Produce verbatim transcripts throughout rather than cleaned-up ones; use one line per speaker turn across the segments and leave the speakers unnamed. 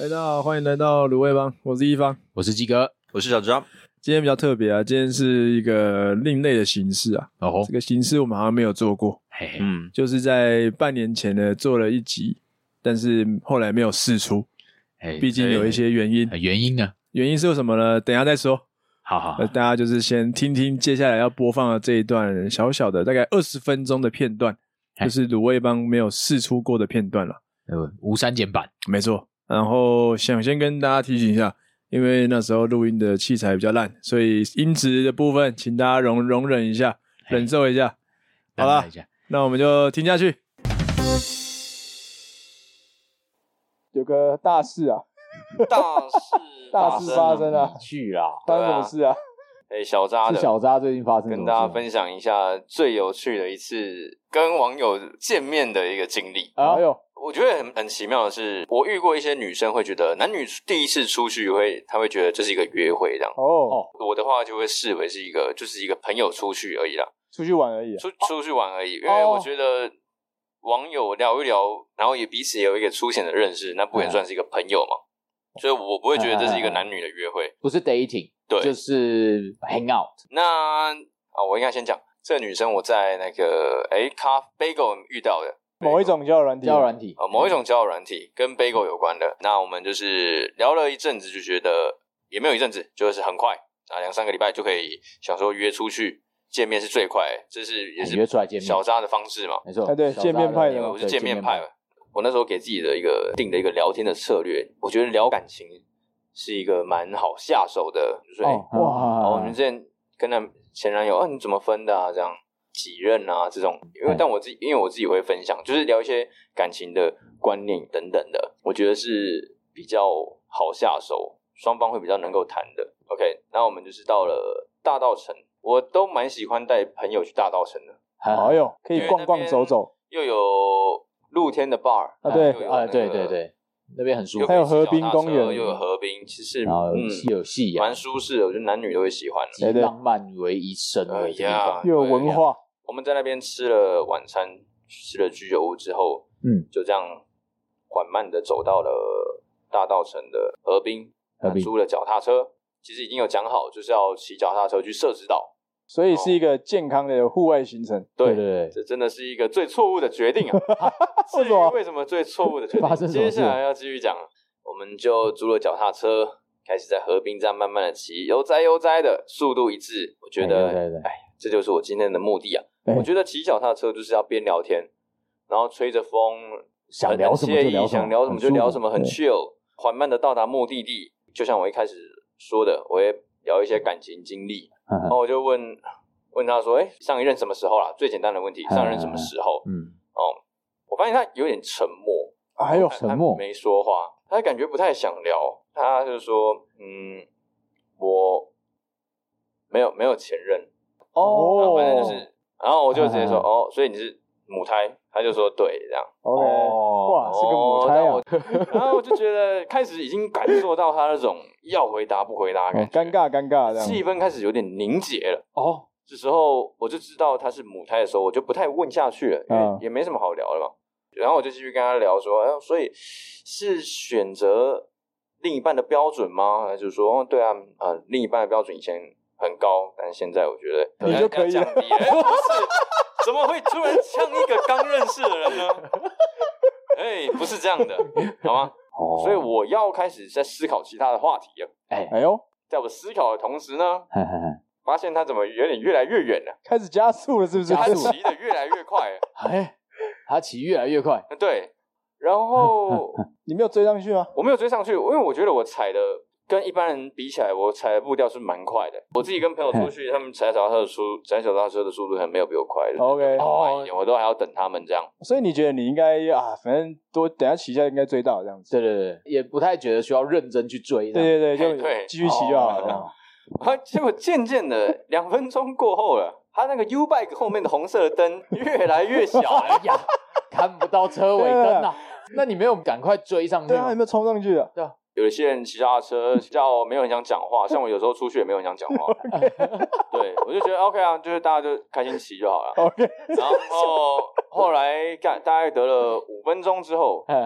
大家好，欢迎来到卤味帮，我是一方，
我是鸡哥，
我是小张。
今天比较特别啊，今天是一个另类的形式啊。
哦，
这个形式我们好像没有做过，
嘿嘿，
嗯，
就是在半年前呢做了一集，但是后来没有释出，
嘿
毕竟有一些原因。
呃原因呢？
原因是有什么呢？等一下再说。
好好好
那大家就是先听听接下来要播放的这一段小小的大概二十分钟的片段，就是卤味帮没有释出过的片段了。
呃，无删减版，
没错。然后想先跟大家提醒一下，因为那时候录音的器材比较烂，所以音质的部分请大家容容忍一下，忍受一下。好啦，那我们就听下去。有个大事啊，
大事
大事发生啊，
去啦，
发生什么事啊？
哎、欸，小扎的，
是小扎最近发生什么事
跟大家分享一下最有趣的一次跟网友见面的一个经历。
哎呦，
我觉得很很奇妙的是，我遇过一些女生会觉得男女第一次出去会，她会觉得这是一个约会这样。
哦，
我的话就会视为是一个就是一个朋友出去而已啦，
出去玩而已、啊，
出出去玩而已。因为我觉得网友聊一聊，然后也彼此也有一个粗浅的认识，那不也算是一个朋友嘛？所以我不会觉得这是一个男女的约会，
不是 dating，
对，
就是 hang out。
那啊，我应该先讲这个女生，我在那个哎咖 Bagel 遇到的
某一种交友软体，
交友软体
哦，某一种交友软体跟 Bagel 有关的。那我们就是聊了一阵子，就觉得也没有一阵子，就是很快啊，两三个礼拜就可以想说约出去见面是最快，这是也是
约出来见面
小扎的方式嘛，
没错，
哎对，见面派的，
因为我是见面派。我那时候给自己的一个定的一个聊天的策略，我觉得聊感情是一个蛮好下手的，就是
哦
哇，我们之前跟他前男友啊，你怎么分的啊？这样几任啊？这种，因为但我自己，因为我自己会分享，就是聊一些感情的观念等等的，我觉得是比较好下手，双方会比较能够谈的。OK， 那我们就是到了大稻埕，我都蛮喜欢带朋友去大稻埕的。
哎呦，可以逛逛走走，
又有露天的 bar
啊，对
啊，对对对，那边很舒服，
还有河滨公园，
又有河滨，其实
然后有戏啊，
蛮舒适的，我觉得男女都会喜欢，
对对，浪漫为一身的地方，
又有文化。
我们在那边吃了晚餐，吃了居酒屋之后，
嗯，
就这样缓慢的走到了大稻埕的河滨，租了脚踏车，其实已经有讲好，就是要骑脚踏车去社子岛。
所以是一个健康的户外行程，
对
对对，
这真的是一个最错误的决定啊！至于为什么最错误的决定，
发生什么事？
接下来要继续讲，我们就租了脚踏车，开始在河滨站慢慢的骑，悠哉悠哉的，速度一致。我觉得，哎，这就是我今天的目的啊！我觉得骑脚踏车就是要边聊天，然后吹着风，
想聊什么就聊什么，
想聊什么就聊什么，很 chill， 缓慢的到达目的地。就像我一开始说的，我会聊一些感情经历。然后我就问问他说：“哎，上一任什么时候啦？”最简单的问题，上一任什么时候？
嗯，
哦，我发现他有点沉默，
还有
沉默，
没说话，他感觉不太想聊。他就说：“嗯，我没有没有前任
哦，
反正就是，然后我就直接说：哦，所以你是母胎？”他就说：“对，这样。”
OK，哇，是个母胎啊！
然后我就觉得开始已经感受到他那种要回答不回答的感
觉，尴尬尴尬，这样
气氛开始有点凝结了。
哦，
这时候我就知道他是母胎的时候，我就不太问下去了，因为也没什么好聊了嘛。然后我就继续跟他聊说：“哎，所以是选择另一半的标准吗？”他就说：“哦，对啊，呃，另一半的标准以前很高，但是现在我觉得
你就可以
降低了。”不是，怎么会突然呛一个刚认识的人呢？哎，不是这样的，好吗？哦，所以我要开始在思考其他的话题了。
哎，
哎呦，
在我思考的同时呢，发现他怎么有点越来越远了，
开始加速了，是不是？
他骑得越来越快了，
哎，他骑越来越快，
对。然后
你没有追上去吗？
我没有追上去，因为我觉得我踩的跟一般人比起来，我踩的步调是蛮快的。我自己跟朋友出去，他们踩脚踏车的速，踩脚踏车的速度可能没有比我快的。
OK，
哦，我都还要等他们这样。
所以你觉得你应该啊，反正多等一下骑一下应该追到这样子。
对对对，也不太觉得需要认真去追。
对对对，就继续骑就好了。
哦啊，结果渐渐的，两分钟过后了，他那个 U-Bike 后面的红色的灯越来越小了
呀，看不到车尾灯啊！那你没有赶快追上去？
对啊，有没有冲上去啊？
对啊。
有些人骑脚踏车比较没有人想讲话，像我有时候出去也没有人想讲话。对，我就觉得 OK 啊，就是大家就开心骑就好了。
OK。
然后后来干大概得了五分钟之后，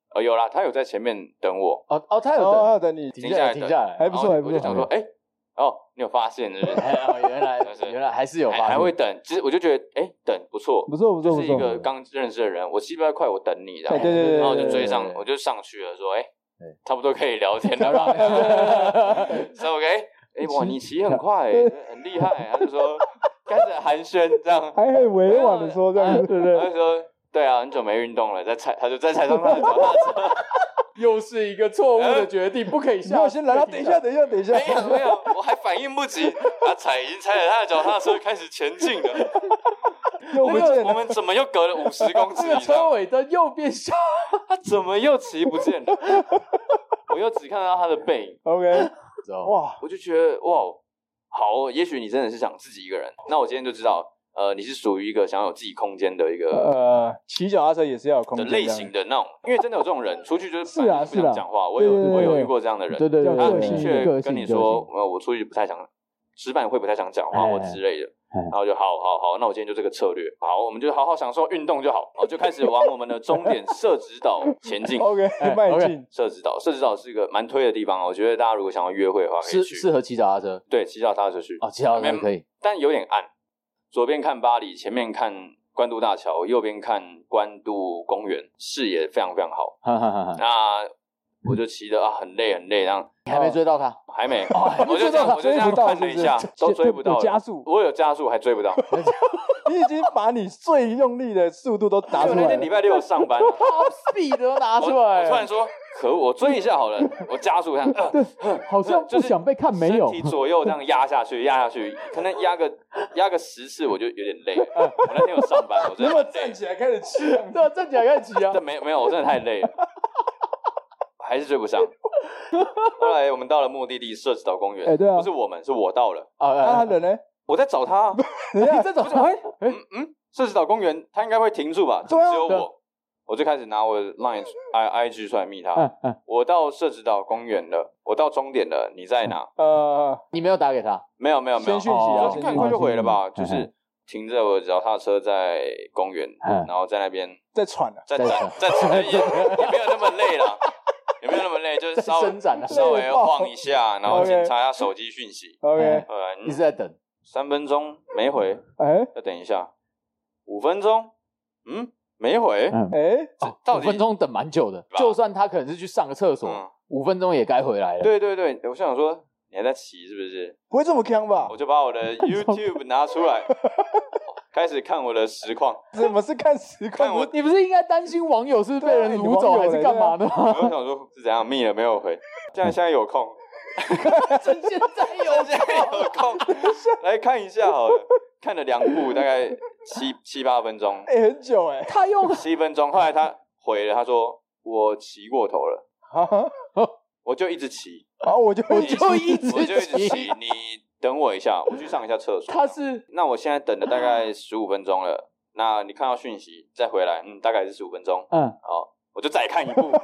哦，有啦，他有在前面等我。
哦哦，他有等，
哦，等你
停下来，
停下来，
还不错，还不错。
我就想说，哎，哦，你有发现是不是？
哦，原来原来还是有发现，
还会等。其实我就觉得，哎，等不错，
不错不错，
就是一个刚认识的人，我七八块，我等你，
对对对，
然后我就追上，我就上去了，说，哎，差不多可以聊天了，说 OK， 哎哇，你骑很快，很厉害，他就说开始寒暄这样，
还很委婉的说这样，对不对？
他就说，对啊，很久没运动了，在踩，他就在踩上他的脚踏车。
又是一个错误的决定，不可以下。
先来，他等一下，等一下，等一下。
没有没有，我还反应不及，他踩已经踩了他的脚踏车，开始前进了。
又不见
了，我们怎么又隔了五十公尺？
车尾灯又变小，
他怎么又骑不见了？我又只看到他的背影。
OK， 哇，
我就觉得哇，好，也许你真的是想自己一个人。那我今天就知道。呃，你是属于一个想要有自己空间的一个
呃，骑脚踏车也是要有空间
的类型的那种，因为真的有这种人出去就是
是啊是啊
讲话，我有我有遇过这样的人，
对对对，
他明确跟你说，呃，我出去不太想吃饭，会不太想讲话或之类的，然后就好好好，那我今天就这个策略，好，我们就好好享受运动就好，然后就开始往我们的终点社子岛前进。
OK， 迈进
社子岛，社子岛是一个蛮推的地方，我觉得大家如果想要约会的话，可以去，
适合骑脚踏车，
对，骑脚踏车去，
哦，骑脚踏车可以，
但有点暗。左边看巴黎，前面看关渡大桥，右边看关渡公园，视野非常非常好。那我就骑得啊很累很累，这样。
你还没追到他？
还没，
哦、
我就这样，我就这样看了一下，都追不到。
有加速，
我有加速，还追不到。
你已经把你最用力的速度都打出来了。
那天礼拜六上班
，Top Speed 都拿出来。
我突然说，可恶，我追一下好了，我加速看，
对，好像不想被看没有。
身体左右这样压下去，压下去，可能压个压个十次，我就有点累。我那天有上班，我真的。
那么站起来开始骑，
对啊，站起来开始骑啊。
这没没有，我真的太累了。还是追不上。后来我们到了目的地社子岛公园，
哎，对啊，
不是我们，是我到了。
啊，那他人呢？
我在找他。
你在找他？
嗯嗯，社子岛公园他应该会停住吧？只有我，我就开始拿我的 Line I I G 出来密他。我到社子岛公园了，我到终点了，你在哪？
呃，
你没有打给他？
没有没有没有，
先讯息啊，
看快就回了吧，就是停着我脚踏车在公园，然后在那边
在喘了，
在喘，在喘，也也没有那么累了。有没有那么累？就是稍微稍微晃一下，然后检查一下手机讯息。
OK，
后来
一直在等，
三分钟没回，
哎，
再等一下，五分钟，嗯，没回，
哎，
五分钟等蛮久的，就算他可能是去上个厕所，五分钟也该回来了。
对对对，我想说你还在骑是不是？
不会这么强吧？
我就把我的 YouTube 拿出来。开始看我的实况，
怎么是看实况？
我你不是应该担心网友是被人掳走还是干嘛的吗？
我想说是怎样密了没有回，这样现在有空，
真现在有
现在有空来看一下好了，看了两部大概七七八分钟，
哎，很久哎，
他用
七分钟，后来他回了，他说我骑过头了，我就一直骑，
然后我就
我就一直
我就一直骑，你。等我一下，我去上一下厕所。
他是，
那我现在等了大概十五分钟了。那你看到讯息再回来，嗯，大概是十五分钟。
嗯，
好，我就再看一部，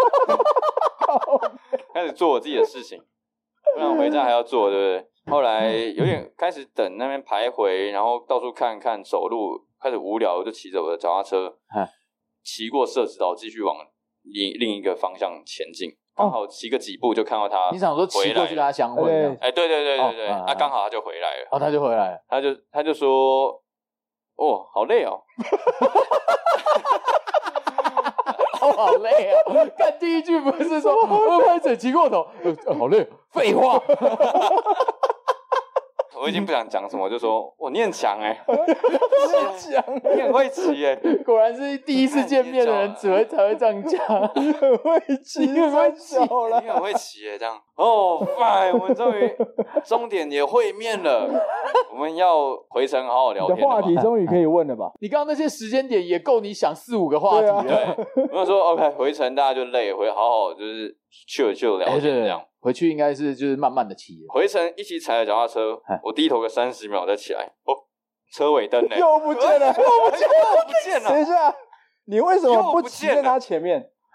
开始做我自己的事情，不然回家还要做，对不对？后来有点开始等那边徘徊，然后到处看看，走路开始无聊，我就骑着我的脚踏车，骑过社子岛，继续往另另一个方向前进。刚好骑个几步就看到他，
你想说骑过去跟他相会？
哎，对对对对对，那刚好他就回来了，
哦，他就回来了，
他就他就说，哦，好累哦，
哦，好累哦。看第一句不是说我拍嘴骑过头，好累，废话。
我已经不想讲什么，就说哇，你很强哎，
很强，
你很会骑哎，
果然是第一次见面的人只会才会这样讲。
你很会骑，
你很会骑
了，你很会骑哎，这样哦 ，fine， 我们终于终点也会面了，我们要回程好好聊天。
你的话题终于可以问了吧？
你刚刚那些时间点也够你想四五个话题了。
对，我说 OK， 回程大家就累，回好好就是去去聊天这样。
回去应该是就是慢慢的骑，
回程一起踩着脚踏车，我低头个三十秒再起来，哦，车尾灯呢？
又不见了，
又不见了，又不见了。
等一下，你为什么不骑在他前面？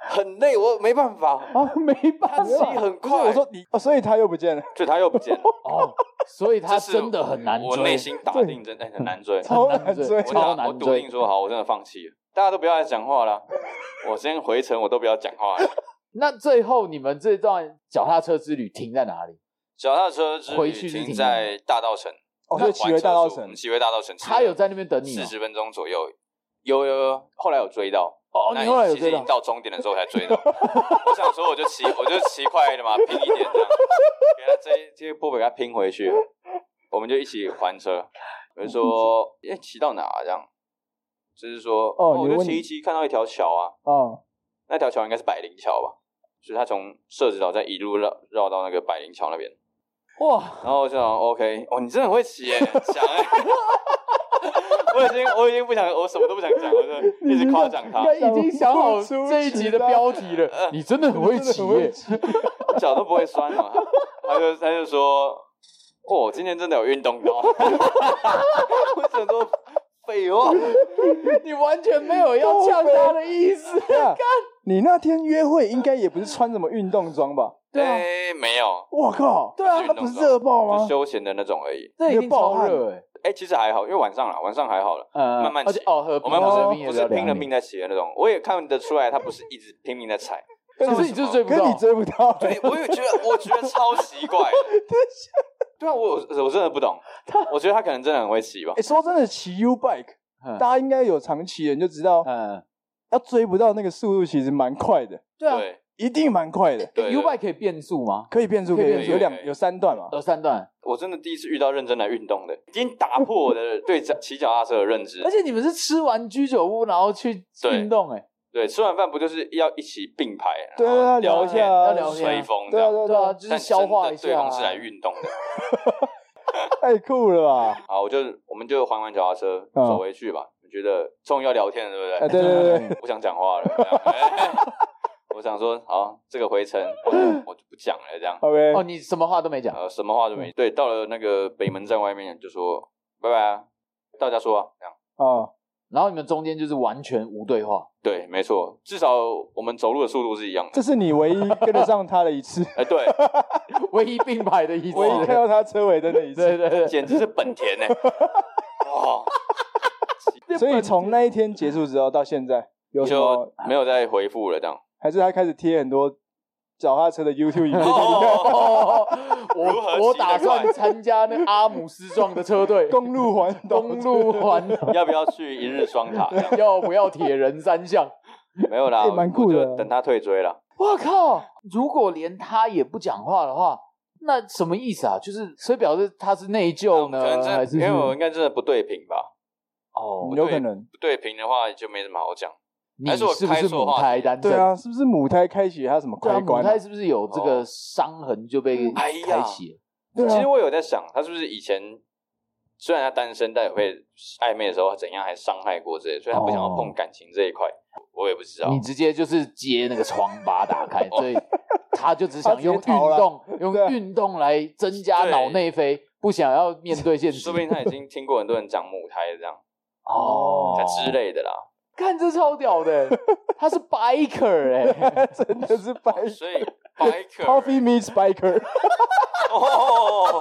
很累，我没办法
啊，没办法，
骑很快。
我说你、哦，所以他又不见了，
就他又不见了
哦，所以他真的很难追。
我内心打定真的、欸、很难追，
超难追，
超难追。
我笃定说好，我真的放弃了，大家都不要再讲话了。我先回程，我都不要讲话了。
那最后你们这段脚踏车之旅停在哪里？
脚踏车之旅停在大稻埕。
哦，就骑回大稻埕，
骑回大稻埕。
他有在那边等你吗？
四十分钟左右，有有有，后来有追到。
哦，你后来有追到？
到终点的时候才追到。我想说，我就骑，我就骑快的嘛，拼一点这样，给他这这波给他拼回去。我们就一起还车。我就说，哎，骑到哪啊？这样，就是说，哦，我就骑一骑，看到一条桥啊。
哦，那
条桥应该是百灵桥吧？就是他从社子岛再一路绕绕到那个百灵桥那边。
哇！
然后我就想 ，OK， 哦，你真的很会骑耶，想哎。我已经我已经不想，我什么都不想讲，我就一直夸奖他。
已经想好这一集的标题了。你真的很会骑耶，
脚都不会酸哦。他就他就说，哦，今天真的有运动到。我想说废话，
你完全没有要呛他的意思。干，
你那天约会应该也不是穿什么运动装吧？
对啊，欸、没有。
我靠，
对啊，
他不是热爆吗？
就休闲的那种而已。
这已经超热哎。
哎、欸，其实还好，因为晚上啦，晚上还好了，
嗯，
慢慢骑。
哦，
我们不是不是拼了命在骑的那种，我也看得出来，他不是一直拼命在踩。
可是你就是追不到，
跟你追不到、欸。
对，我也觉得，我觉得超奇怪。对啊，我我真的不懂。我觉得他可能真的很会骑吧。
哎、欸，说真的，骑 U bike，、嗯、大家应该有常骑的，你就知道，嗯，要追不到那个速度，其实蛮快的。
对啊。
对，
一定蛮快的。
U bike 可以变速吗？
可以变速，可以变速，有两有三段嘛。
有三段。
我真的第一次遇到认真来运动的，已经打破我的对骑脚踏车的认知。
而且你们是吃完居酒屋然后去运动哎、欸？
对，吃完饭不就是要一起并排？
对啊，聊一下，
要聊一下，
吹风，
对啊，
对啊，就是消化一下。
对方是来运动的，
太酷了吧！
好，我就我们就还完脚踏车走回去吧。我觉得终于要聊天了，对不对？
哎，对对对，
不想讲话了。我想说，好，这个回程我就我就不讲了，这样。
OK。
哦，你什么话都没讲？
呃，什么话都没。对，到了那个北门站外面就说拜拜啊，大家说啊，这样。
哦。
然后你们中间就是完全无对话。
对，没错，至少我们走路的速度是一样的。
这是你唯一跟得上他的一次。
哎，对，
唯一并排的一次，
唯一看到他车尾的那一次。
对对对，
简直是本田呢。哇！
所以从那一天结束之后到现在，有什么
没有再回复了？这样。
还是他开始贴很多脚踏车的 YouTube 影片。
哦、我我打算参加那阿姆斯壮的车队，
公路环岛，
公路环岛，
要不要去一日双塔？
要不要铁人三项？
没有啦，
蛮酷的。
等他退追了。
我靠！如果连他也不讲话的话，那什么意思啊？就是所以表示他是内疚呢，
可能
还是
因为我应该真的不对平吧？
哦，有可能
不对平的话就没什么好讲。
你是不是母胎单身？
对啊，是不是母胎开启他什么开关、啊？
母胎是不是有这个伤痕就被开启了？
哎啊、其实我有在想，他是不是以前虽然他单身，但也会暧昧的时候怎样还伤害过这些，所以他不想要碰感情这一块。哦、我也不知道。
你直接就是接那个疮疤打开，所以他就只想用运动，用运动来增加脑内啡，不想要面对现实。
说不定他已经听过很多人讲母胎这样
哦
之类的啦。
看这超屌的，他是 biker 哎、
欸，真的是 biker，、
哦、所以 biker
coffee meets biker。
哦，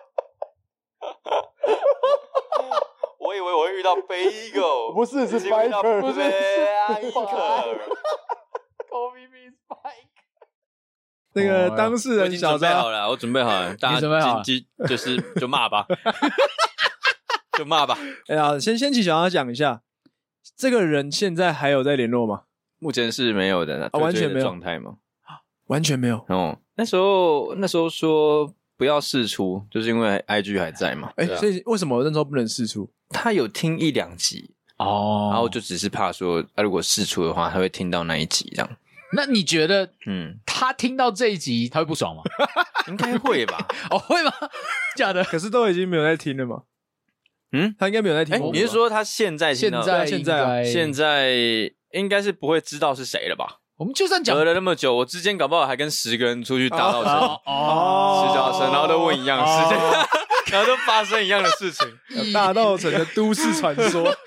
我以为我会遇到 bagel，
不是是 biker，
不是是
biker。
coffee meets biker。
那个当事人小张
好了，我准备好了，大家
准备好了，
就是就骂吧，就骂吧。
哎呀，先先请小张讲一下。这个人现在还有在联络吗？
目前是没有的，
啊、完全没有
状态吗？
完全没有。
哦，那时候那时候说不要释出，就是因为 I G 还在嘛。
哎、欸啊，所以为什么那时候不能释出？
他有听一两集哦，然后就只是怕说，啊、如果释出的话，他会听到那一集这样。
那你觉得，嗯，他听到这一集他会不爽吗？
应该会吧？
哦，会吗？假的？
可是都已经没有在听了嘛。嗯，他应该没有在听、欸。
你是说他现在
现在
现在、啊、
现在应该是不会知道是谁了吧？
我们就算讲
隔了那么久，我之间搞不好还跟十个人出去大稻埕
哦，
吃大稻埕，然后都问一样的事情，然后都发生一样的事情。
大稻埕的都市传说，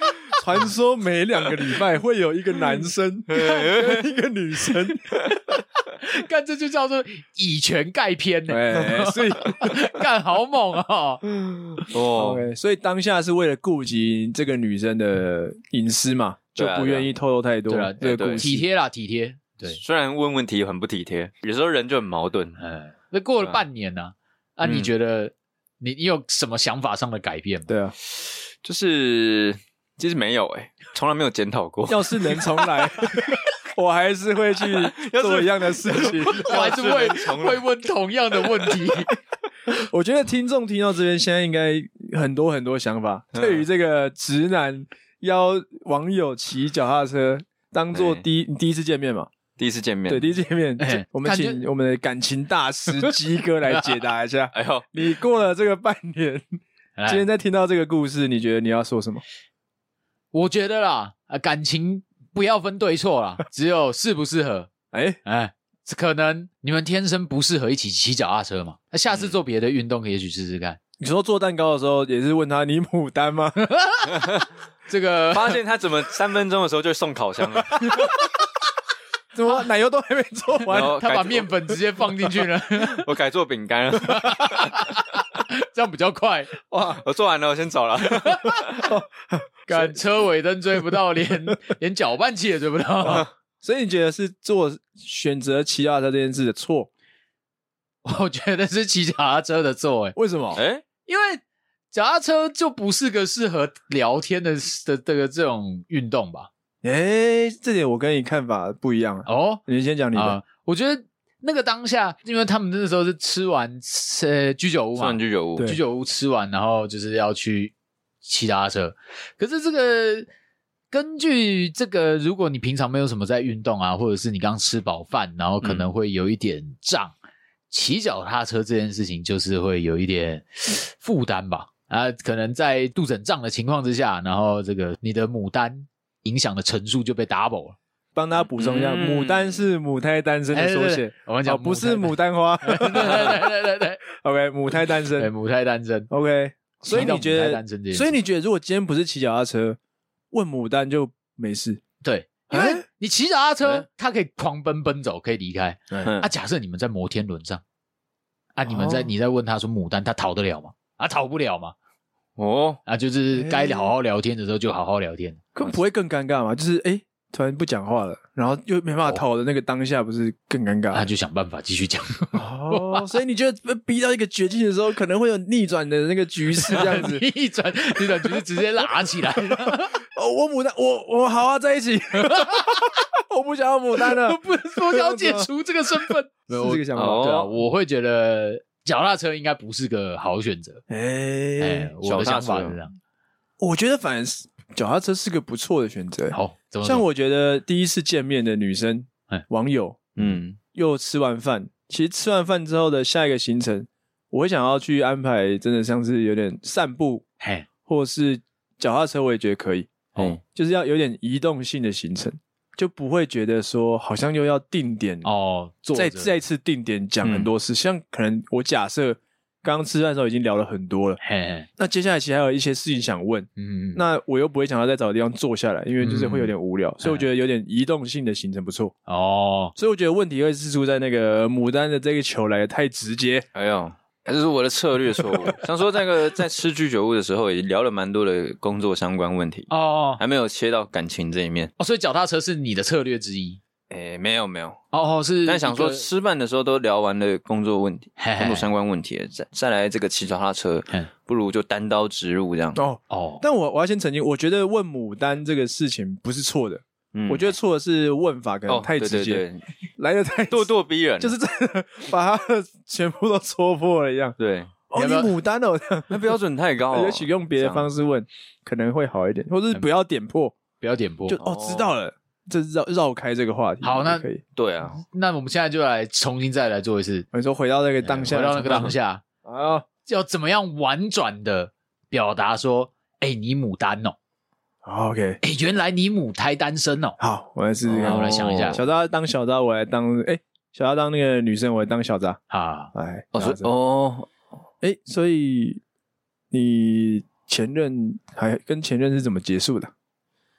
传说每两个礼拜会有一个男生跟一个女生，
干这就叫做以权盖偏呢、
欸，所以
干好猛哦！
哦 ，OK， 所以当下是为了顾及这个女生的隐私嘛，就不愿意透露太多。
对啊，
这个故事
体贴啦，体贴。对，
虽然问问题很不体贴，有时候人就很矛盾。
哎，那过了半年呢、啊，啊，你觉得你你有什么想法上的改变吗？
对啊，
就是其实没有哎、欸，从来没有检讨过。
要是能重来。我还是会去做一样的事情，
我还是会会问同样的问题。
我觉得听众听到这边，现在应该很多很多想法。嗯、对于这个直男邀网友骑脚踏车，当做第一、欸、第一次见面嘛，
第一次见面，
对，第一次见面，欸、我们请我们的感情大师鸡哥来解答一下。哎呦，你过了这个半年，今天在听到这个故事，你觉得你要说什么？
我觉得啦，感情。不要分对错啦，只有适不适合。哎哎，可能你们天生不适合一起骑脚踏车嘛？那下次做别的运动，也许试试看。
你说做蛋糕的时候，也是问他你牡丹吗？
这个
发现他怎么三分钟的时候就送烤箱了？
怎么奶油都还没做完，
他把面粉直接放进去了？
我改做饼干了。
这样比较快
哇！我做完了，我先走了。
赶车尾灯追不到，连连搅拌器也追不到。
所以你觉得是做选择骑脚踏车这件事的错？
我觉得是骑脚踏车的错。哎，
为什么？
哎，
因为脚踏车就不是个适合聊天的的这个这种运动吧？
哎，这点我跟你看法不一样哦。你先讲你的、呃。
我觉得。那个当下，因为他们那时候是吃完呃居酒屋嘛，
吃完居酒屋，
居酒屋吃完，然后就是要去骑脚踏车。可是这个根据这个，如果你平常没有什么在运动啊，或者是你刚吃饱饭，然后可能会有一点胀，骑脚踏车这件事情就是会有一点负担吧。啊，可能在肚子很胀的情况之下，然后这个你的牡丹影响的层数就被 double 了。
帮大家补充一下，嗯、牡丹是母胎单身的缩写，
我们讲、
哦、不是牡丹花。
对对对对对
，OK， 母胎单身，
对，母胎单身
，OK。所以你觉得，所以你觉得，如果今天不是骑脚踏车，问牡丹就没事？
对，因为你骑脚踏车，它可以狂奔奔走，可以离开。啊，假设你们在摩天轮上，啊，你们在、哦、你在问他说牡丹，他逃得了吗？啊，逃不了吗？哦，啊，就是该好好聊天的时候就好好聊天，
更不会更尴尬吗？就是哎。欸突然不讲话了，然后又没办法逃的那个当下，不是更尴尬？
那就想办法继续讲。
哦，所以你觉得被逼到一个绝境的时候，可能会有逆转的那个局势，这样子。
逆转，逆转局势直接拉起来。
哦，我牡丹，我我好啊，在一起。我不想要牡丹了，
我不，我想要解除这个身份。
是这个想法，
对啊，我会觉得脚踏车应该不是个好选择。哎、欸欸，我的想法是这样。
我觉得反而是。脚踏车是个不错的选择，
好，
像我觉得第一次见面的女生网友，嗯，又吃完饭，其实吃完饭之后的下一个行程，我会想要去安排，真的像是有点散步，嘿，或是脚踏车，我也觉得可以，哦，就是要有点移动性的行程，就不会觉得说好像又要定点
哦，
再再一次定点讲很多事，嗯、像可能我假设。刚刚吃饭的时候已经聊了很多了，嘿嘿，那接下来其实还有一些事情想问，嗯，那我又不会想要再找个地方坐下来，因为就是会有点无聊，嗯、所以我觉得有点移动性的行程不错哦。所以我觉得问题会是出在那个牡丹的这个球来的太直接，
哎呦，这是我的策略错误。想说那个在吃居酒屋的时候，也聊了蛮多的工作相关问题哦，还没有切到感情这一面
哦，所以脚踏车是你的策略之一。
诶，没有没有
哦，是，
但想说吃饭的时候都聊完了工作问题、工作相关问题了，再再来这个骑脚踏车，不如就单刀直入这样。
哦哦，但我我要先澄清，我觉得问牡丹这个事情不是错的，嗯、我觉得错的是问法可能太直接，哦、对对对来的太
咄咄逼人，
就是真的把他的全部都戳破了一样。
对，
哦，你牡丹哦，
那标准太高了，
也许用别的方式问可能会好一点，或者是不要点破，
不要点破，
就哦知道了。这绕绕开这个话题，
好，那
可以，
对啊，
那我们现在就来重新再来做一次。
你说回到那个当下，
回到那个当下啊，要怎么样婉转的表达说，哎、欸，你牡丹哦
，OK，
哎、欸，原来你母胎单身哦。
好，我来试试看，
我来想一下，
小扎当小扎，我来当，哎、欸，小扎当那个女生，我来当小扎。好，哎，
哦，哦，
哎、欸，所以你前任还跟前任是怎么结束的？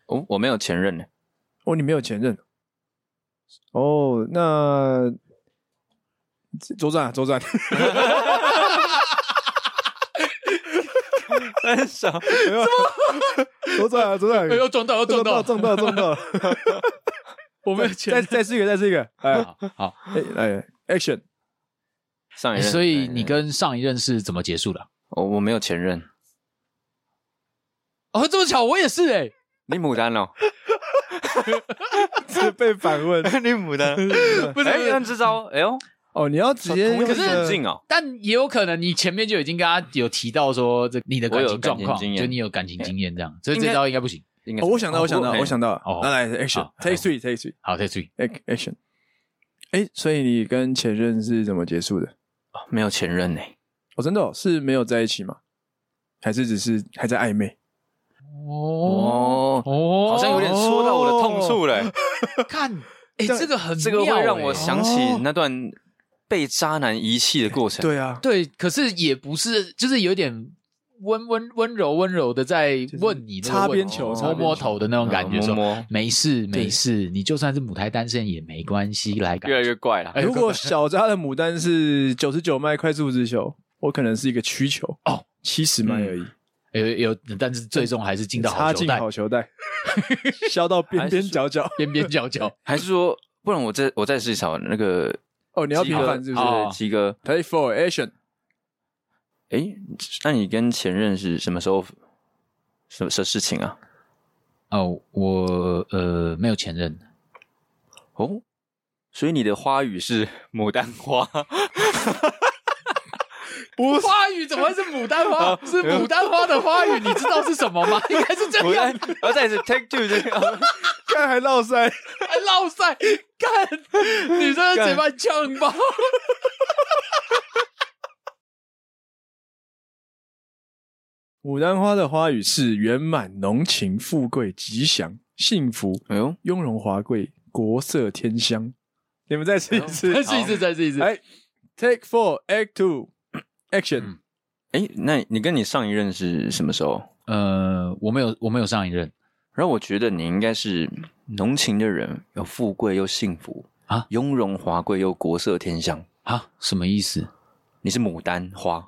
哦，我没有前任呢。
哦，你没有前任。哦，那左转啊，左转。
很少，
左转啊，左转，
又撞到，又撞到，
撞到，撞到。
我没有前任，
再再试一个，再试一个。哎，
好，
哎 ，Action。
上一任，
所以你跟上一任是怎么结束的？
哦，我没有前任。
哦，这么巧，我也是哎、欸。
你牡丹哦，
是被反问。
你牡丹，
不是
哎，用这招，哎呦，
哦，你要直接用
可是近哦，
但也有可能你前面就已经跟他有提到说这你的感情状况，就你有感情经验这样，所以这招应该不行。
应该
哦，我想到，我想到，我想到，
哦，
那来 Action，Take three，Take three，
好 ，Take
three，Action。哎，所以你跟前任是怎么结束的？
哦，没有前任呢。
哦，真的哦，是没有在一起吗？还是只是还在暧昧？
哦哦，好像有点戳到我的痛处了。
看，哎，这个很
这个会让我想起那段被渣男遗弃的过程。
对啊，
对，可是也不是，就是有点温温温柔温柔的在问你
擦边球、
摸摸头的那种感觉，
说
没事没事，你就算是母胎单身也没关系。来，
越来越怪了。
如果小扎的牡丹是九十九迈快速直球，我可能是一个曲球哦，七十迈而已。
有有，但是最终还是进到好球带，
好球带，削到边边角角，
边边角角。
还是说，不然我再我再试一场那个
哦，你要平反是不是？
鸡哥
，Take four action。
哎，那你跟前任是什么时候什么事情啊？
哦，我呃没有前任。
哦，所以你的花语是牡丹花。
不是花语怎么会是牡丹花？是牡丹花的花语，你知道是什么吗？应该是这样。
然后再一次 take two 这个，
看还落腮，
还落腮，看女生的嘴巴呛爆。
牡丹花的花语是圆满、浓情、富贵、吉祥、幸福，哎呦，雍容华贵，国色天香。你们再试一次，
再试一次，再试一次。
来 ，Take four, Act two.Action，
哎、嗯，那你跟你上一任是什么时候？
呃，我没有，我没有上一任。
然后我觉得你应该是浓情的人，又富贵又幸福
啊，
雍容华贵又国色天香
啊，什么意思？
你是牡丹花。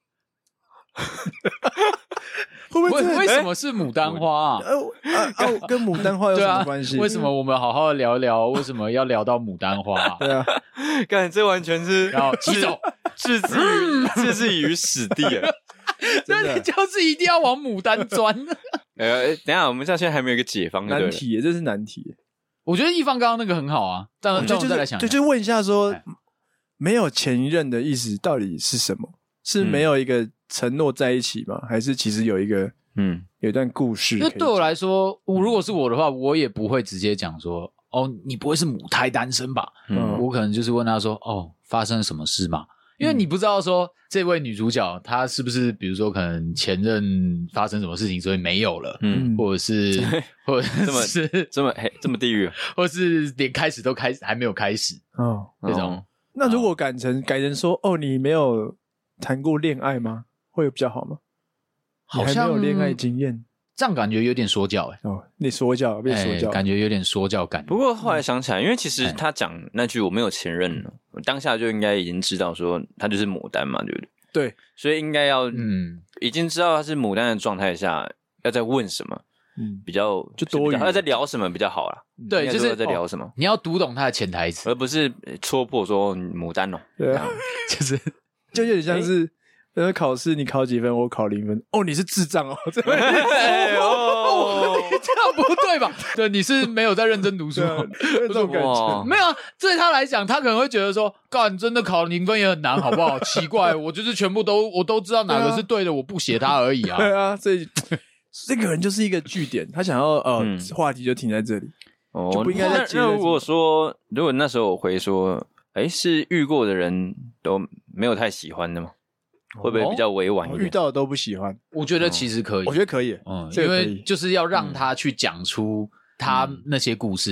会不会
为为什么是牡丹花啊？
啊啊，跟牡丹花有什么关系？
啊、为什么我们好好的聊一聊？为什么要聊到牡丹花、啊？
对啊，
干这完全是
然后起走，
置之于置之于死地了。
那你就是一定要往牡丹钻。
呃，等一下，我们现在还没有一个解方，
难题耶，这是难题耶。
我觉得一方刚刚那个很好啊，但但我再来想，
对，就问一下说，没有前一任的意思到底是什么？是没有一个承诺在一起吗？还是其实有一个嗯，有一段故事？
因为对我来说，我如果是我的话，我也不会直接讲说，哦，你不会是母胎单身吧？嗯，我可能就是问他说，哦，发生了什么事吗？因为你不知道说这位女主角她是不是，比如说可能前任发生什么事情，所以没有了，嗯，或者是或者
这么
是
这么嘿这么地狱，
或是连开始都开始还没有开始哦，这种。哦、
那如果改成改成说，哦，你没有谈过恋爱吗？会有比较好吗？好像没有恋爱经验，
这样感觉有点说教哎、欸。
哦，你说教被说教、
欸，感觉有点说教感。
不过后来想起来，因为其实他讲那句我没有前任了，我当下就应该已经知道说他就是牡丹嘛，对不对？
对，
所以应该要嗯，已经知道他是牡丹的状态下，要再问什么，嗯，比较
就多余，
要在聊什么比较好啦。
对，就是
在聊什么、哦，
你要读懂他的潜台词，
而不是戳破说牡丹哦。
对啊，就是就有点像是。欸呃，考试你考几分？我考零分。哦，你是智障哦！这样
哦，这样不对吧？对，你是没有在认真读书，
这种感觉
没有啊。对他来讲，他可能会觉得说，干真的考零分也很难，好不好？奇怪，我就是全部都我都知道哪个是对的，我不写他而已啊。
对啊，所以这个人就是一个据点，他想要呃、嗯、话题就停在这里，哦，就不应该再接。
那如果说，如果那时候我回说，哎，是遇过的人都没有太喜欢的吗？会不会比较委婉一点？
遇到的都不喜欢，
我觉得其实可以，
我觉得可以，
嗯，因为就是要让他去讲出他那些故事，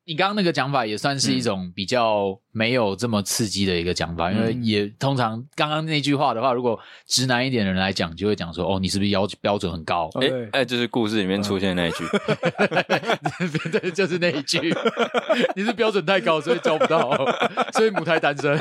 你刚刚那个讲法也算是一种比较没有这么刺激的一个讲法，嗯、因为也通常刚刚那句话的话，如果直男一点的人来讲，就会讲说哦，你是不是要标准很高？
哎哎、欸，就是故事里面出现的那一句，
对，就是那一句，你是标准太高，所以交不到，所以母胎单身。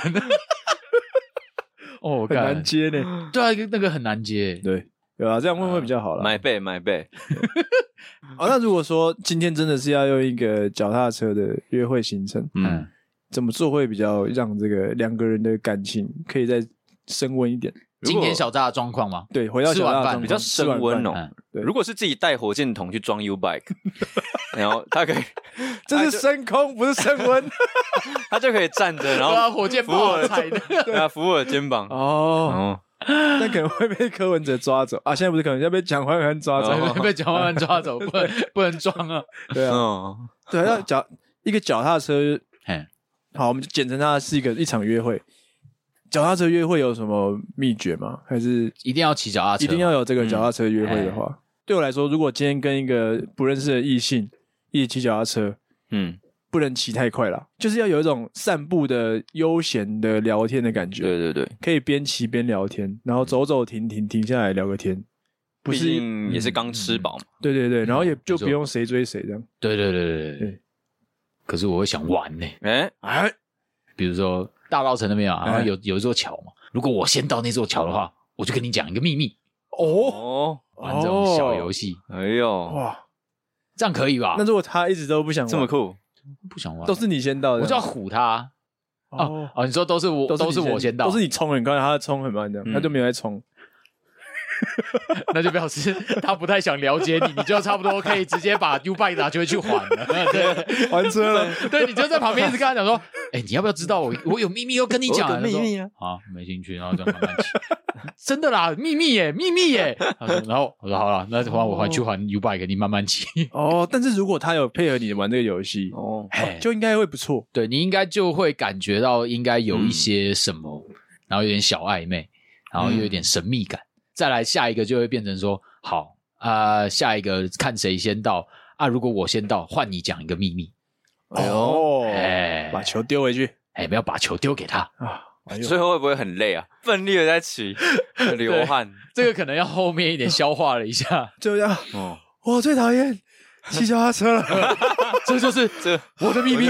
哦，
很难接呢。
对啊，那个很难接。
对，有啊，这样问会比较好啦。
买背买背。
哦，那如果说今天真的是要用一个脚踏车的约会行程，
嗯，
怎么做会比较让这个两个人的感情可以再升温一点？
今天小扎的状况吗？
对，回到小扎的状况
比较升温哦。
嗯、
对，如果是自己带火箭筒去装 U bike， 然后他可以，
这是升空，不是升温，
他就可以站着，然后
火箭炮踩的，
对啊，扶我的肩膀
哦。哦但可能会被柯文哲抓走啊！现在不是可能要被蒋万安抓走，
哦、被蒋万安抓走，不能不能装啊！
对啊，
哦、
对，要脚一个脚踏车，好，我们就简称它是一个一场约会。脚踏车约会有什么秘诀吗？还是
一定要骑脚踏车？
一定要有这个脚踏车约会的话，
嗯、
对我来说，如果今天跟一个不认识的异性一起骑脚踏车，
嗯。
不能骑太快啦，就是要有一种散步的悠闲的聊天的感觉。
对对对，
可以边骑边聊天，然后走走停停，停下来聊个天。不是
也是刚吃饱嘛、嗯？
对对对，然后也就不用谁追谁这样。
对对对对 对, 对。可是我会想玩呢、
欸，哎
哎，
比如说大稻埕那边啊，然后有有一座桥嘛，如果我先到那座桥的话，我就跟你讲一个秘密
哦，
玩这种小游戏。
哎呦，
哇，
这样可以吧？
那如果他一直都不想玩，
这么酷。
不想玩，
都是你先到的，
我就要唬他。哦哦，你说都是我，都是, 都是我先到，
都是你冲很快，他冲很慢，这样、嗯、他就没有在冲，
那就表示他不太想了解你，你就差不多可以直接把 U bike 拿就会去还了，
对，还车了。
对，你就在旁边一直跟他讲说，哎、欸，你要不要知道我我有秘密要跟你讲？
秘密啊，
好，没兴趣，然后就慢慢骑。真的啦，秘密耶，秘密耶。然后我说好了，那还我还去还 U bike， 你慢慢骑。
哦，但是如果他有配合你玩这个游戏，哦，就应该会不错。
对，你应该就会感觉到应该有一些什么，嗯、然后有点小暧昧，然后又有点神秘感。嗯、再来下一个就会变成说，好啊、呃，下一个看谁先到啊？如果我先到，换你讲一个秘密。
哎呦，
哎，
把球丢回去，
哎，不要把球丢给他
啊。最后会不会很累啊？奋力的在骑，流汗。
这个可能要后面一点消化了一下，
就这样。哦，我最讨厌骑脚踏车了，
这就是
这
我的秘密。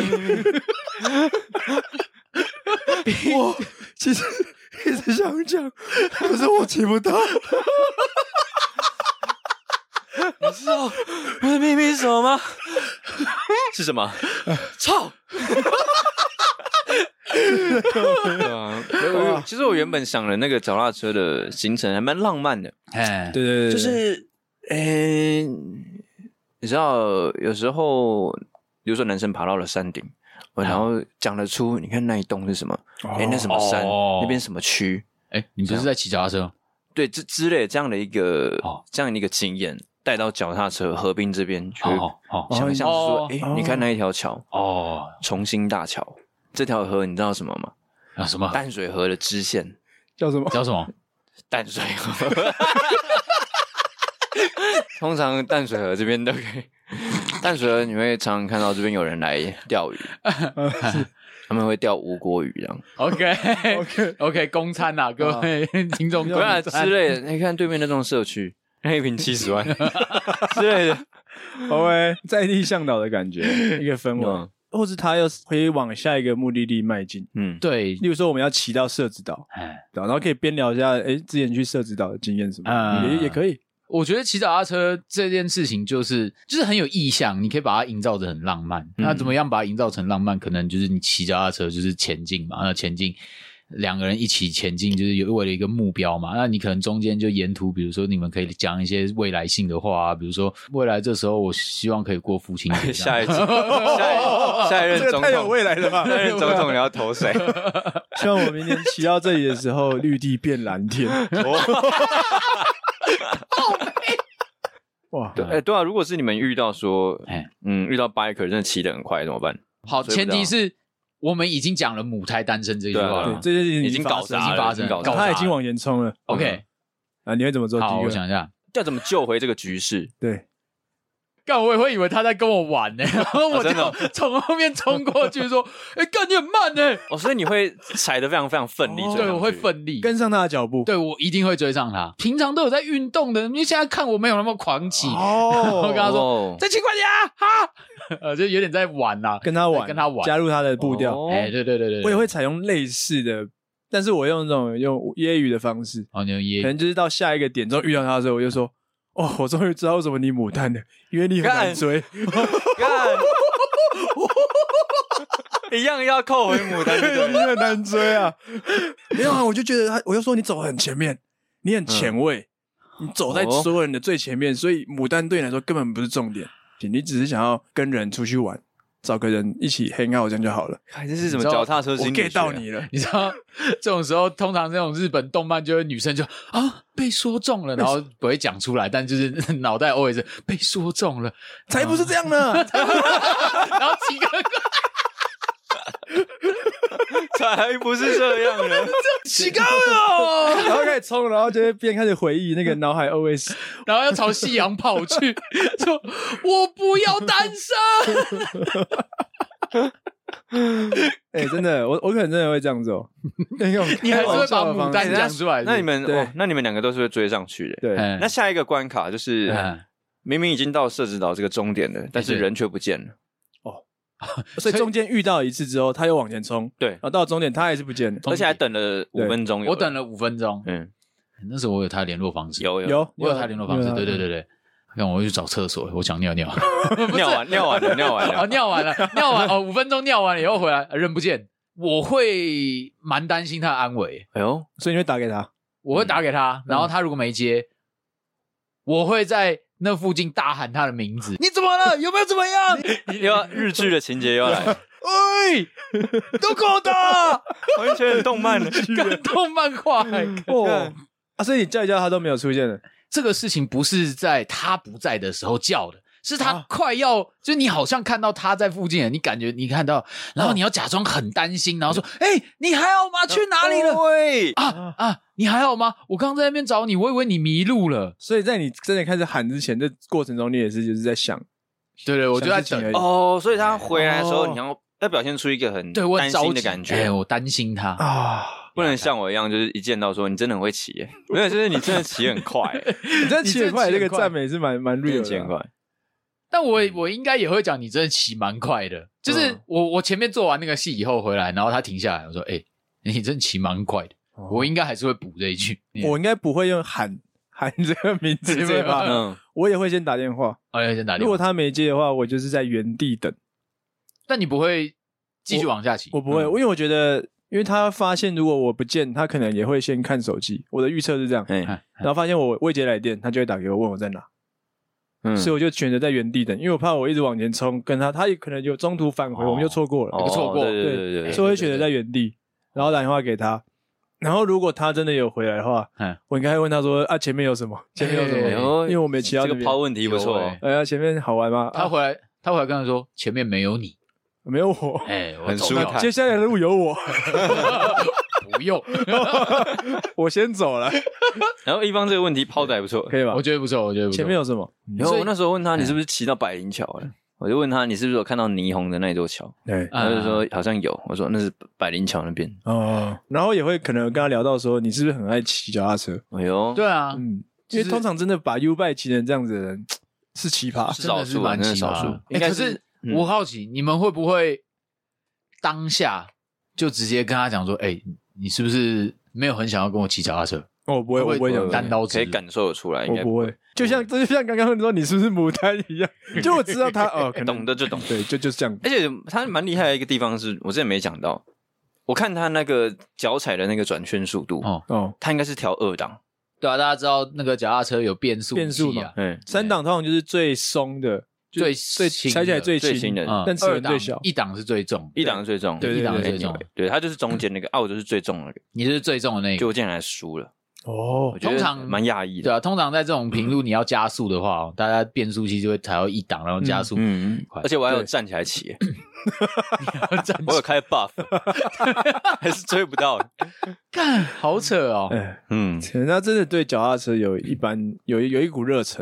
我其实一直想讲，可是我骑不到。
你知道我的秘密是什么吗？是什么？操！对啊，其实我原本想的那个脚踏车的行程还蛮浪漫的，
哎，
对对对，
就是诶、欸，你知道有时候，比如说男生爬到了山顶，然后讲得出，你看那一栋是什么？哎、欸，那什么山？哦、那边什么区？
哎、欸，你不是在骑脚踏车？
对，这之类的这样的一个、哦、这样的一个经验。带到脚踏车河滨这边去，想象说，哎、哦欸，你看那一条桥哦，重新大桥，这条河你知道什么吗？
啊，什么？
淡水河的支线
叫什么？
叫什么？
淡水河。通常淡水河这边都可以，淡水河你会常常看到这边有人来钓鱼，他们会钓无锅鱼这样。
OK OK OK， 公餐啊，各位听众，
不然之类的，你看对面那种社区。那一瓶七十万之类的
，OK， 在地向导的感觉，一个氛围，嗯、或是他又可以往下一个目的地迈进。
嗯，对，
例如说我们要骑到社子岛，然后可以边聊一下，哎，之前去社子岛的经验什么，嗯、也也可以。
我觉得骑脚踏车这件事情就是就是很有意象，你可以把它营造得很浪漫。嗯、那怎么样把它营造成浪漫？可能就是你骑脚踏车就是前进嘛，那前进。两个人一起前进，就是有为了一个目标嘛。那你可能中间就沿途，比如说你们可以讲一些未来性的话啊，比如说未来这时候我希望可以过父亲节。
下一次，下一下一任总统，
这个太有未来了吧？
下一任总统你要投谁？
希望我明年骑到这里的时候，绿地变蓝天。
哇，对，哎、欸，对啊，如果是你们遇到说，嗯，遇到 biker 真的骑得很快怎么办？
好，前提是。我们已经讲了母胎单身这句话了，
这件事情
已经搞砸了，
已经发生，
搞
他已经往前冲了。
OK，
啊，你会怎么做？
好，我想一下，
要怎么救回这个局势？
对，
干我也会以为他在跟我玩呢、欸，然后我就从后面冲过去说：“哎、欸，干你很慢呢、欸。”
哦，所以你会踩得非常非常奋力、哦，
对，我会奋力
跟上他的脚步，
对我一定会追上他。平常都有在运动的，因为现在看我没有那么狂骑，哦，我跟他说：“哦、再骑快点啊！”哈，呃，就有点在玩啦、啊，
跟他玩，
跟他玩，
加入他的步调。
哎、哦，对对对对，
我也会采用类似的。但是我用这种用揶揄的方式，
哦，你用揶揄，
可能就是到下一个点之后遇到他的时候，我就说：“哦，我终于知道为什么你牡丹了，因为你很难追。”
干，一样要扣回牡丹，
对，你很难追啊！没有啊，我就觉得他，我就说你走很前面，你很前卫，嗯、你走在所有人的最前面，所以牡丹对你来说根本不是重点，你只是想要跟人出去玩。找个人一起 hang out 这样就好了。
看这是什么脚踏车心理学、啊？
我 get 到你了。
你知道这种时候，通常这种日本动漫就会女生就啊被说中了，然后不会讲出来，但就是脑袋 always 被说中了，
才不是这样呢。然
后几个。
才不是这样的，
起高了，
然后开始冲，然后就会边开始回忆那个脑海 O S，
然后要朝夕阳跑去，说我不要单身。
哎、欸，真的，我我可能真的会这样做。
你还是会把牡丹讲出来。
那你们，哦，那你们两个都是会追上去的。
对，
那下一个关卡就是，嗯、明明已经到社子岛这个终点了，但是人却不见了。
所以中间遇到一次之后，他又往前冲，
对，
然后到终点他还是不见了，
而且还等了五分钟。
我等了五分钟，嗯，那时候我有他的联络方式，
有有
有，
我有他的联络方式，对对对对。看我去找厕所，我想尿尿，
尿完尿完了尿完了，
哦尿完了尿完哦，五分钟尿完了以后回来人不见，我会蛮担心他的安危。
哎呦，
所以你会打给他？
我会打给他，然后他如果没接，我会在那附近大喊他的名字。你怎么了？有没有怎么样？
又要日剧的情节又要来。
喂，都够的，
完全很动漫的，
跟动漫化。
哦啊，所以你叫一叫他都没有出现了。
这个事情不是在他不在的时候叫的，是他快要，啊、就你好像看到他在附近，你感觉你看到，然后你要假装很担心，然后说：“哎、欸，你还好吗？去哪里了？
喂
啊啊，你还好吗？我刚刚在那边找你，我以为你迷路了。”
所以在你真的开始喊之前，这过程中你也是就是在想，
对对，我就在等
哦。所以他回来的时候，你要要表现出一个很担心的感觉，
哎、欸，我担心他
啊。
不能像我一样，就是一见到说你真的很会骑耶，没有，就是你真的骑很快，
你真的骑很快，这个赞美是蛮蛮 real 的，
骑很快。
但我我应该也会讲，你真的骑蛮快的。就是我、嗯、我前面做完那个戏以后回来，然后他停下来，我说：“哎、欸，你真的骑蛮快的。哦”我应该还是会补这一句。
我应该不会用喊喊这个名字这把，嗯，我也会先打电话。
哦，要先打电话。
如果他没接的话，我就是在原地等。
但你不会继续往下骑？
我, 我不会、嗯，因为我觉得。因为他发现如果我不见，他可能也会先看手机。我的预测是这样，然后发现我未接来电，他就会打给我问我在哪。嗯，所以我就选择在原地等，因为我怕我一直往前冲，跟他他也可能有中途返回，哦、我们就错过了，
哦、错过，
对对对对，
所以我会选择在原地，然后打电话给他。然后如果他真的有回来的话，我应该会问他说啊，前面有什么？前面有什么？因为我没骑到那边。
这个抛问题不错，
哎呀，前面好玩吗？
他回来，他回来跟他说前面没有你。
没有我，
哎、欸，
很舒坦。
接下来的路有我，
不用，
我先走了。
然后一方这个问题抛的还不错，
可以吧？
我觉得不错，我觉得不错。
前面有什么？
然后我那时候问他，你是不是骑到百灵桥了？我就问他，你是不是有看到霓虹的那座桥？
对，
他就说好像有。我说那是百灵桥那边。
哦，然后也会可能跟他聊到说，你是不是很爱骑脚踏车？
哎呦，
对啊，
嗯，因为通常真的把 U-Bike 骑成这样子的人是奇葩，
是少数，
蛮奇
少数。
应该是。我好奇，你们会不会当下就直接跟他讲说：“哎、欸，你是不是没有很想要跟我骑脚踏车？”
哦，不会，我不会讲
单刀直入，
可以感受得出来。
我不会，就像就像刚刚说你是不是牡丹一样，就我知道他哦，可能
懂得就懂，
对，就就是这样。
而且他蛮厉害的一个地方是我之前没讲到，我看他那个脚踩的那个转圈速度哦哦，他应该是调二档。
对啊，大家知道那个脚踏车有变速
变速嘛？嗯，三档通常就是最松的。
最
最踩起来最轻
的，
但齿轮最小，
一档是最重，
一档是最重，
对，一档是最重，
对，它就是中间那个，澳洲是最重的那个，
你是最重的那个，
就竟然还输了，
哦，
通常
蛮讶异的，
对啊，通常在这种平路你要加速的话，大家变速器就会踩到一档，然后加速，
嗯嗯，而且我还有站起来骑，我有开 buff， 还是追不到，
干，好扯哦，
嗯，那真的对脚踏车有一般有有一股热忱。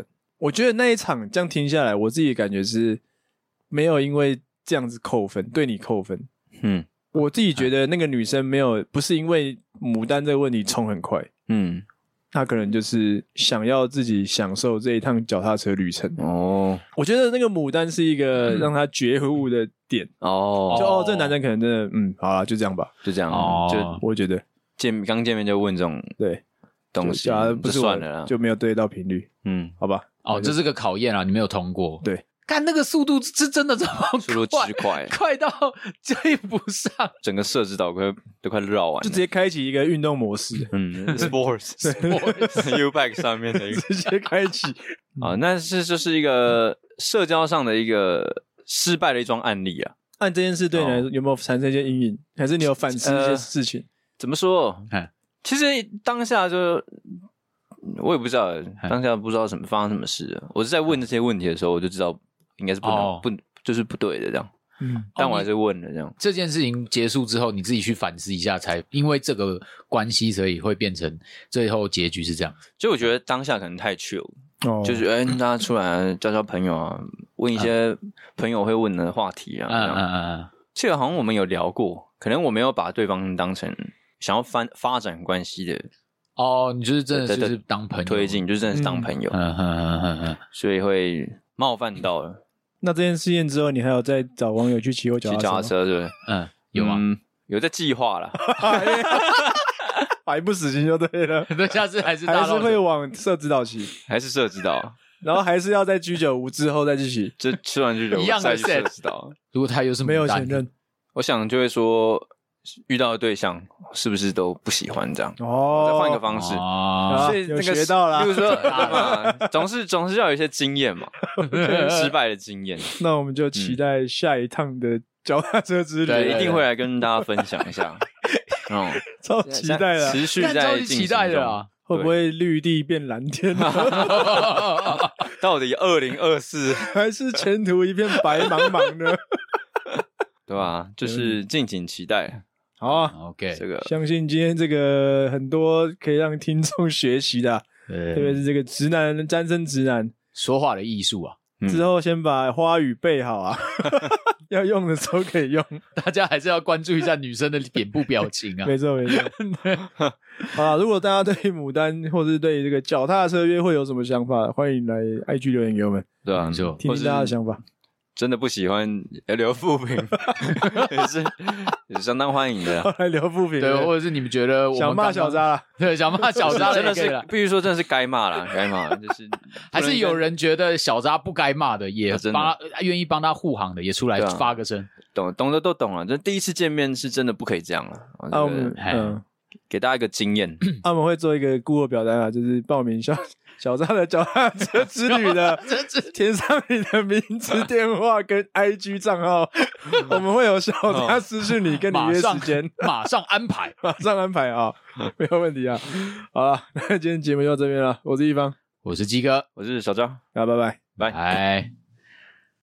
我觉得那一场这样听下来，我自己的感觉是没有因为这样子扣分，对你扣分。嗯，我自己觉得那个女生没有，不是因为牡丹这个问题冲很快，嗯，她可能就是想要自己享受这一趟脚踏车旅程。哦，我觉得那个牡丹是一个让她觉悟的点。哦，就哦，这个男生可能真的，嗯，好啦，就这样吧，
就这样。哦，就
我觉得
见刚见面就问这种
对
东西，
不是
算了啦，
就没有对到频率。嗯，好吧。
哦，这是个考验啊，你没有通过。
对。
看那个速度是真的这么快，
速度之快，
快到追不上，
整个设置岛快都快绕完了，
就直接开启一个运动模式，
嗯 ，sports sports U bike 上面的一个
直接开启
啊，那是就是一个社交上的一个失败的一桩案例啊。
按这件事对你来说有没有产生一些阴影，还是你有反思一些事情？呃、
怎么说？其实当下就。我也不知道，当下不知道什么发生什么事了。我是在问这些问题的时候，我就知道应该是不能、哦、不就是不对的这样。嗯，但我还是问了这样。
这件事情结束之后，你自己去反思一下，才因为这个关系，所以会变成最后结局是这样。
就我觉得当下可能太 chill，、哦、就是哎、欸，大家出来交交朋友啊，问一些朋友会问的话题啊。嗯嗯嗯嗯。记得好像我们有聊过，可能我没有把对方当成想要发发展关系的。
哦，你就是真的就是当朋友
推进，就真的是当朋友，嗯嗯嗯嗯嗯，所以会冒犯到了。
那这件事件之后，你还有在找网友去骑过脚踏车？
骑脚踏车是不是？
嗯，有吗？
嗯、有在计划了，
还不死心就对了。
那下次还是
还是会往社指导骑，
还是社指导，
然后还是要在居酒屋之后再继续，
就吃完居酒屋再去社指导。
如果他又是
没有前任，
我想就会说。遇到的对象是不是都不喜欢这样？哦，再换一个方式，
哦、所以那个学到了。
比如说，嘛，总是总是要有一些经验嘛，失败的经验。
那我们就期待下一趟的脚踏车之旅，
对，一定会来跟大家分享一下。嗯，
超期待的，
持续在进行中
啊！
会不会绿地变蓝天？
到底二零二四
还是前途一片白茫茫呢？
对吧？就是敬请期待。
好啊
，OK，
这个
相信今天这个很多可以让听众学习的、啊，特别是这个直男单身直男
说话的艺术啊。
之后先把花语背好啊，要用的时候可以用。
大家还是要关注一下女生的脸部表情啊。
没错没错。啊，如果大家对牡丹或是对这个脚踏车约会有什么想法，欢迎来 I G 留言给我们。
对啊，没错，
听听大家的想法。
真的不喜欢留负评也是也是相当欢迎的、啊。
来留负评，
对，或者是你们觉得我们
想骂小渣啦，
对，想骂小渣
真的是，必须说真的是该骂啦，该骂，就是
还是有人觉得小渣不该骂的，也帮他愿意帮他护航的，也出来发个声。
懂懂的都懂了，这第一次见面是真的不可以这样了。
啊，我们嗯，
给大家一个经验，
啊，我们会做一个 Google 表单啊，就是报名小小渣的脚踏车之旅的，填上你的名字、电话跟 I G 账号，我们会有小渣私讯你，跟你约时间，
马上安排，
马上安排啊，没有问题啊。好了，那今天节目就到这边了，我是一方，
我是鸡哥，
我是小渣，
那拜拜，
拜。